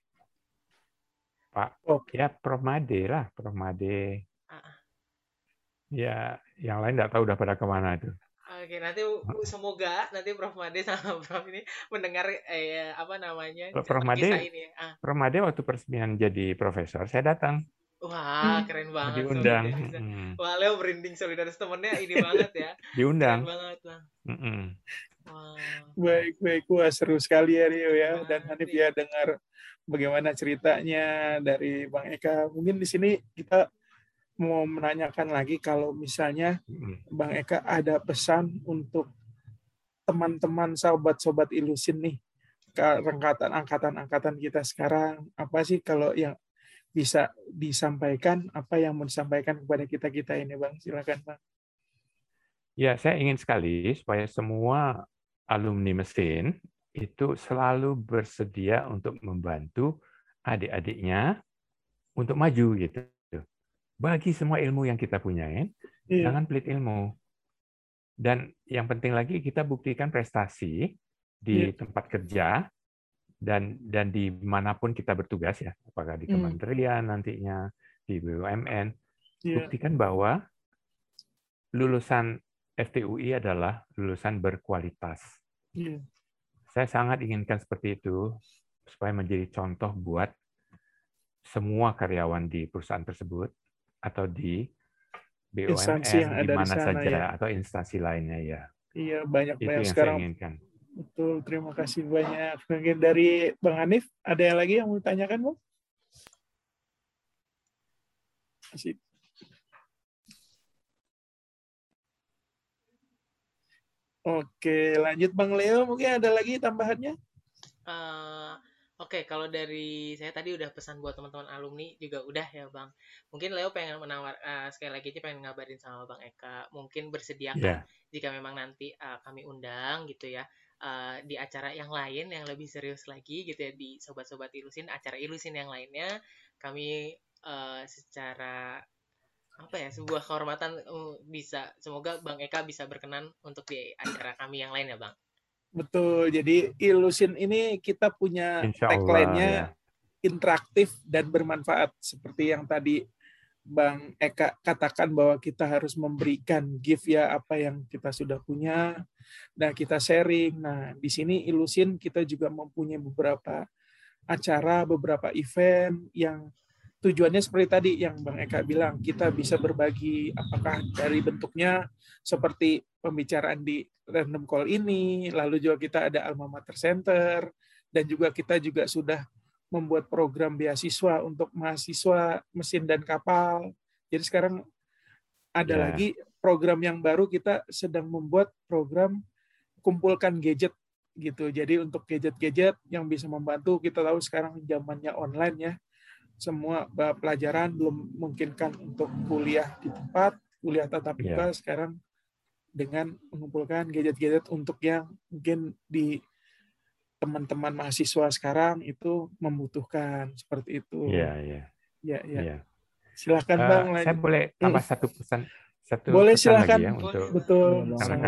B: Pak,
C: Oke.
B: ya Prof Made lah, Prof Made.
D: Ah, ah.
B: Ya, yang lain nggak tahu udah pada kemana itu.
D: Oke, nanti uh, semoga nanti Prof Made sama Prof ini mendengar eh, apa namanya
B: Kalau Prof
D: cerita kisah
B: Made,
D: ini ya. Ah.
B: Prof Made waktu peresmian jadi profesor, saya datang.
D: Wah, keren banget luar
B: Diundang.
D: biasa.
B: Mm-mm.
D: Wah, Leo merinding solidaritas temennya ini banget ya. Keren
B: Diundang.
D: banget, Bang.
B: Mm-mm.
D: Wah.
C: Baik, baik. Wah, seru sekali ya Rio ya.
D: Banget
C: Dan Hanif
D: nih.
C: ya dengar bagaimana ceritanya dari Bang Eka. Mungkin di sini kita mau menanyakan lagi kalau misalnya
B: Mm-mm.
C: Bang Eka ada pesan untuk teman-teman sahabat-sobat Ilusin nih, ke angkatan-angkatan kita sekarang, apa sih kalau yang bisa disampaikan, apa yang mau disampaikan kepada kita-kita ini Bang? Silakan Bang.
B: Ya, saya ingin sekali supaya semua alumni mesin itu selalu bersedia untuk membantu adik-adiknya untuk maju gitu. Bagi semua ilmu yang kita punyain,
C: Iya.
B: jangan pelit ilmu. Dan yang penting lagi kita buktikan prestasi di
C: Iya.
B: tempat kerja dan dan di manapun kita bertugas ya, apakah di
C: Hmm.
B: kementerian nantinya, di B U M N,
C: Iya.
B: buktikan bahwa lulusan F T U I adalah lulusan berkualitas.
C: Iya.
B: Saya sangat inginkan seperti itu supaya menjadi contoh buat semua karyawan di perusahaan tersebut atau di B U M N
C: Instansi yang
B: di
C: ada di
B: mana
C: sana
B: saja
C: ya.
B: atau instansi lainnya ya.
C: Iya,
B: Itu
C: banyak-banyak
B: yang
C: sekarang.
B: saya inginkan.
C: Betul, terima kasih banyak. Mungkin dari Bang Hanif, ada yang lagi yang mau ditanyakan, Bang? Asik. Oke, lanjut Bang Leo. Mungkin ada lagi tambahannya?
D: Uh, Oke, okay, kalau dari saya tadi udah pesan buat teman-teman alumni juga udah ya Bang. Mungkin Leo pengen menawar uh, sekali lagi aja pengen ngabarin sama Bang Eka. Mungkin bersediakan
B: Yeah.
D: jika memang nanti uh, kami undang gitu ya uh, di acara yang lain yang lebih serius lagi gitu ya di Sobat-Sobat Ilusin, acara Ilusin yang lainnya kami uh, secara apa ya sebuah kehormatan uh, bisa semoga Bang Eka bisa berkenan untuk di acara kami yang lain ya Bang.
C: Betul, jadi Ilusin ini kita punya tagline-nya
B: ya.
C: interaktif dan bermanfaat. Seperti yang tadi Bang Eka katakan bahwa kita harus memberikan give ya apa yang kita sudah punya, nah kita sharing. Nah di sini Ilusin kita juga mempunyai beberapa acara, beberapa event yang tujuannya seperti tadi yang Bang Eka bilang, kita bisa berbagi apakah dari bentuknya seperti pembicaraan di random call ini, lalu juga kita ada Alma Mater Center, dan juga kita juga sudah membuat program beasiswa untuk mahasiswa mesin dan kapal. Jadi sekarang ada yeah. lagi program yang baru, kita sedang membuat program kumpulkan gadget gitu. Jadi untuk gadget-gadget yang bisa membantu, kita tahu sekarang zamannya online ya, semua pelajaran belum memungkinkan untuk kuliah di tempat, kuliah tatap muka, yeah. sekarang dengan mengumpulkan gadget-gadget untuk yang mungkin di teman-teman mahasiswa sekarang itu membutuhkan seperti itu.
B: Iya, iya.
C: Ya, ya.
B: Ya.
C: Silahkan
B: uh,
C: Bang.
B: Saya boleh tambah
C: hmm.
B: satu pesan, satu
C: boleh,
B: pesan
C: silahkan.
B: lagi ya
C: boleh,
B: untuk
C: betul.
B: rekan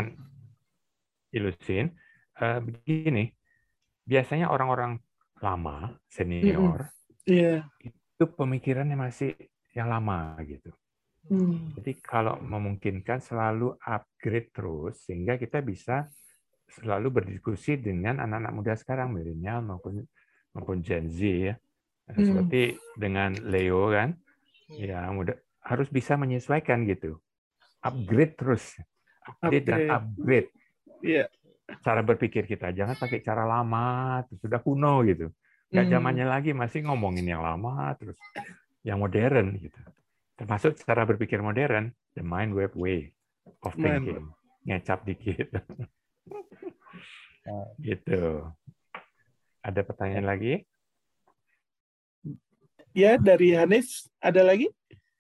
B: Ilusin. Uh, begini, biasanya orang-orang lama, senior,
C: mm-hmm. yeah.
B: itu pemikirannya masih yang lama gitu.
C: Hmm.
B: Jadi kalau memungkinkan selalu upgrade terus sehingga kita bisa selalu berdiskusi dengan anak-anak muda sekarang, milenial maupun maupun Gen Z ya. Hmm. Seperti dengan Leo kan, ya muda harus bisa menyesuaikan gitu. Upgrade terus, update upgrade. dan upgrade.
C: Iya.
B: cara berpikir kita. Jangan pakai cara lama, terus sudah kuno gitu. Nggak
C: Hmm.
B: zamannya lagi, masih ngomongin yang lama, terus yang modern gitu. Termasuk cara berpikir modern, the mind web way of
C: Mind
B: thinking. Ngecap dikit.
A: Oh,
B: Gitu. Ada pertanyaan lagi?
C: Ya, dari Hanif, ada lagi?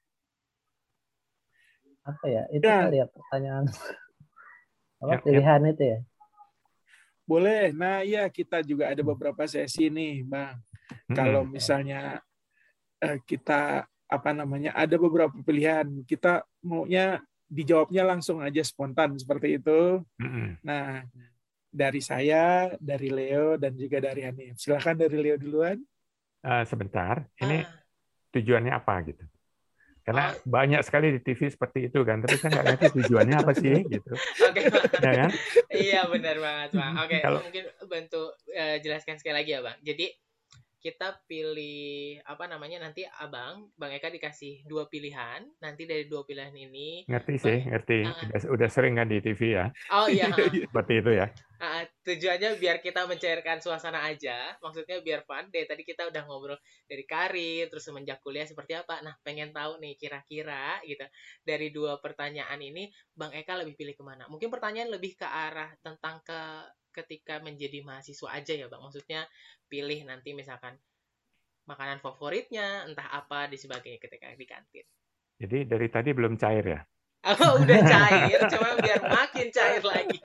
A: apa ya? Itu
C: Ya.
A: kali ya pertanyaan. Apa
B: Yang-
A: pilihan itu ya?
C: Boleh. Nah, ya kita juga ada beberapa sesi nih, Bang. Kalau
B: Mm-mm.
C: misalnya eh, kita apa namanya ada beberapa pilihan, kita maunya dijawabnya langsung aja spontan seperti itu.
B: Mm-mm.
C: Nah, dari saya, dari Leo, dan juga dari Hanif. Silakan dari Leo duluan.
B: Eh, sebentar, ini
D: Ah,
B: tujuannya apa gitu? Karena
D: Oh.
B: banyak sekali di T V seperti itu kan, tapi saya nggak ngerti tujuannya apa sih gitu.
D: Oke, Bang.
B: Ya kan?
D: Iya benar banget, Bang. Oke,
B: Kalau-
D: mungkin bantu eh, jelaskan sekali lagi ya, Bang. Jadi kita pilih apa namanya nanti Abang, Bang Eka dikasih dua pilihan. Nanti dari dua pilihan ini,
B: Ngerti
D: Bang,
B: sih, ngerti.
D: Ah, ah.
B: Udah, udah sering kan di T V ya,
D: oh iya, ah.
B: seperti itu ya.
D: Ah, tujuannya biar kita mencairkan suasana aja, maksudnya biar fun. Dari tadi kita udah ngobrol dari karir, terus semenjak kuliah seperti apa. Nah, pengen tahu nih kira-kira gitu dari dua pertanyaan ini, Bang Eka lebih pilih kemana? Mungkin pertanyaan lebih ke arah tentang ke ketika menjadi mahasiswa aja ya, Bang. Maksudnya pilih nanti misalkan makanan favoritnya, entah apa di sebagainya ketika di kantin.
B: Jadi dari tadi belum cair ya.
D: Oh, udah cair, cuma biar makin cair lagi.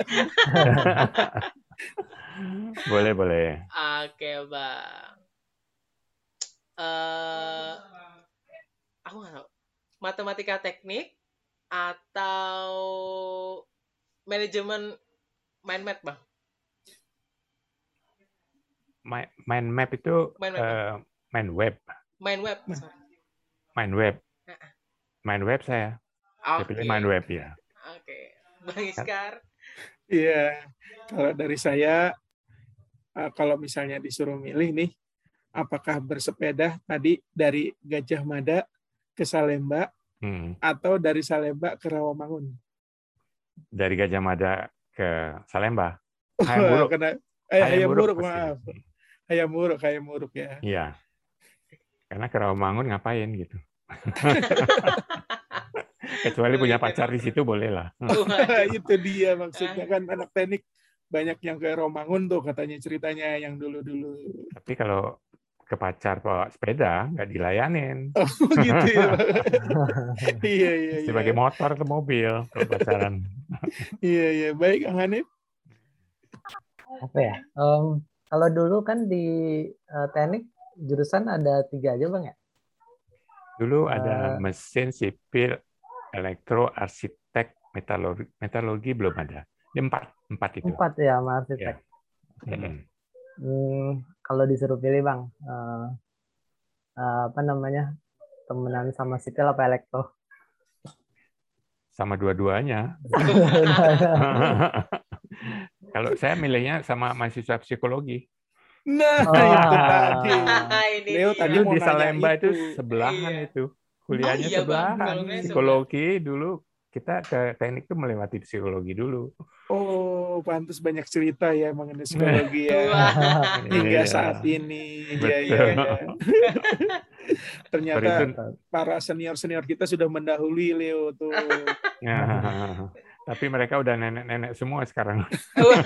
B: Boleh, boleh.
D: Oke, Bang. Eh, aku nggak tahu. Matematika teknik atau manajemen mind map, Bang?
B: Ma- Mind map itu
D: Mind map,
B: eh, mind web,
D: Mind web. sorry.
B: mind web,
D: Ah,
B: mind web saya. Saya
D: Oke.
B: pilih mind web ya.
D: Oke. Bang Iskar.
C: Iya, kalau dari saya, eh, kalau misalnya disuruh milih nih, apakah bersepeda tadi dari Gajah Mada ke Salemba
B: Hmm.
C: atau dari Salemba ke Rawamangun?
B: Dari Gajah Mada ke Salemba.
C: Oh,
B: Hayam Buruk.
C: karena eh,
B: Hayam
C: Hayam
B: Buruk
C: Muruk,
B: pasti.
C: maaf. Hayam Muruk, Hayam Muruk ya.
B: Iya. Karena ke Rawamangun ngapain gitu. Kecuali punya pacar di situ boleh lah.
D: Waduh.
C: Itu dia maksudnya kan anak teknik banyak yang ke Rawamangun tuh katanya ceritanya yang dulu-dulu.
B: Tapi kalau ke pacar bawa sepeda nggak dilayanin.
C: Oh gitu ya. Iya iya
B: Mesti
C: iya.
B: pakai motor atau mobil kalau pacaran.
C: Iya iya, baik Kang Hanif.
A: Apa ya? Em, kalau dulu kan di eh, teknik jurusan ada tiga aja Bang ya?
B: Dulu ada
A: Eh,
B: mesin sipil, elektro, arsitek, metalurgi, metalurgi belum ada. Ini empat, empat itu.
A: Empat ya sama
B: Ya.
A: arsitek.
B: Mm-mm.
A: Hmm, kalau disuruh pilih Bang, eh, eh, apa namanya? Temenan sama sipil apa elektro?
B: Sama dua-duanya. Kalau saya milihnya sama mahasiswa psikologi.
C: Nah,
A: Oh.
C: itu tadi.
D: Ini
C: Leo
D: dia.
C: tadi
B: Dulu
C: mau
B: di
C: nanya
B: Salemba itu
C: itu.
B: sebelahan
D: Iya.
B: itu. Kuliahnya
D: Oh, iya, Bang.
B: sebelahan.
D: Psikologinya
B: Psikologi dulu kita ke teknik itu melewati psikologi dulu.
C: Oh, pantas banyak cerita ya mengenai psikologi ya.
D: Wah.
C: Hingga
B: Iya.
C: saat ini. Iya, iya,
B: Betul.
C: iya. Ternyata
B: Itu-
C: para senior-senior kita sudah mendahului Leo tuh.
B: Nah, tapi mereka udah nenek-nenek semua sekarang.
D: Wah.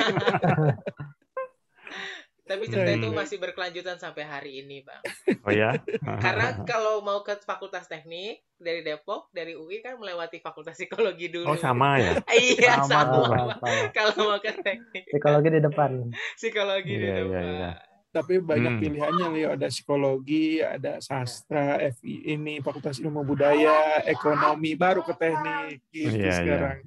D: Tapi cerita
C: Baik,
D: itu
C: baik.
D: masih berkelanjutan sampai hari ini, Bang.
B: Oh ya?
D: Karena kalau mau ke Fakultas Teknik dari Depok, dari U I kan melewati Fakultas Psikologi dulu.
B: Oh sama ya?
D: Iya,
B: Sama
D: sama.
B: tuh,
A: Sama,
D: Bang.
A: sama.
D: Kalau mau ke teknik,
A: Psikologi di depan.
D: psikologi di
B: Iya, iya,
D: depan.
B: iya.
C: Tapi banyak
B: Hmm.
C: pilihannya Leo, ada psikologi, ada sastra, F I ini, Fakultas Ilmu Budaya, ekonomi, baru ke teknik gitu
B: Iya, iya.
C: sekarang.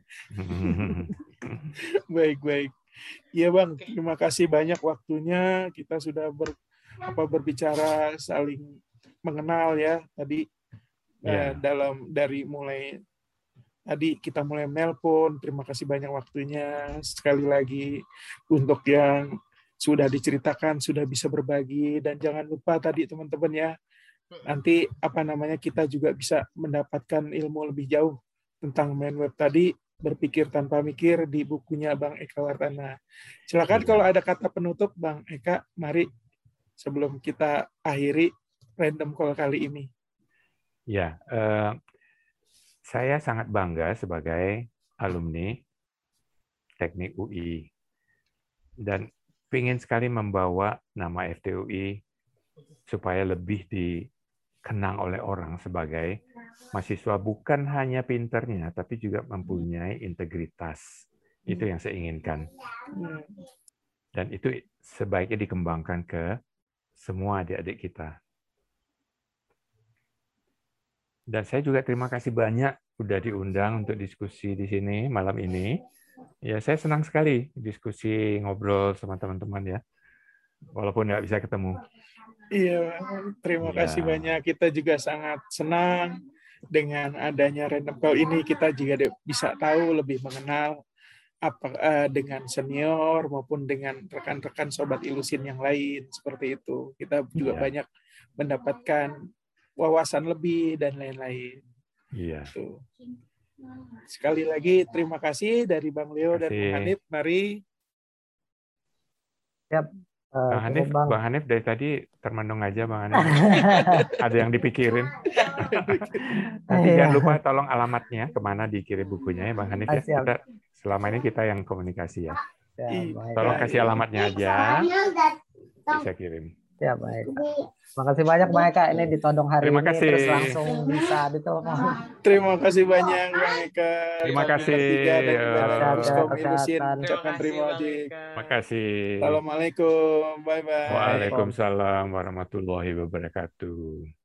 C: Baik, baik. Iya Bang,
D: Oke.
C: terima kasih banyak waktunya. Kita sudah ber, apa, berbicara saling mengenal ya tadi eh,
B: Iya.
C: dalam dari mulai tadi kita mulai nelpon. Terima kasih banyak waktunya. Sekali lagi untuk yang sudah diceritakan, sudah bisa berbagi, dan jangan lupa tadi teman-teman ya, nanti apa namanya kita juga bisa mendapatkan ilmu lebih jauh tentang main web tadi Berpikir Tanpa Mikir di bukunya Bang Eka Wardana. Silakan kalau ada kata penutup Bang Eka, mari sebelum kita akhiri random call kali ini.
B: Ya, eh, saya sangat bangga sebagai alumni Teknik U I dan ingin sekali membawa nama F T U I supaya lebih dikenang oleh orang sebagai mahasiswa bukan hanya pinternya, tapi juga mempunyai integritas. Itu yang saya inginkan. Dan itu sebaiknya dikembangkan ke semua adik-adik kita. Dan saya juga terima kasih banyak udah diundang untuk diskusi di sini malam ini. Ya, saya senang sekali diskusi, ngobrol sama teman-teman ya. Walaupun nggak bisa ketemu.
C: Iya, terima
B: Ya.
C: kasih banyak. Kita juga sangat senang dengan adanya random call ini. Kita juga bisa tahu lebih mengenal apa uh, dengan senior maupun dengan rekan-rekan sobat ilusin yang lain seperti itu. Kita juga
B: Ya.
C: banyak mendapatkan wawasan lebih dan lain-lain.
B: Iya.
C: Tuh. Sekali lagi terima kasih dari Bang Leo dan Bang Hanif. Mari.
A: Siap. Uh,
B: Bang Hanif,
A: bang.
B: Bang Hanif dari tadi termenung aja Bang Hanif. Ada yang dipikirin. Nanti jangan lupa tolong alamatnya kemana dikirim bukunya ya Bang Hanif ya. Kita, selama ini kita yang komunikasi ya.
A: Siap,
B: tolong kasih alamatnya aja. Bisa kirim.
A: Ya baik. Terima kasih banyak Bang Eka, ini ditodong hari
B: Terima
A: ini
B: kasih.
A: terus langsung bisa ditelepon.
C: Terima kasih banyak Bang Eka.
B: Terima kasih.
C: Dan juga
A: Sehat,
C: Ilusin.
A: kesehatan.
C: Ucapkan terima kasih.
B: Terima kasih.
C: Assalamualaikum. Bye bye.
B: Waalaikumsalam warahmatullahi wabarakatuh.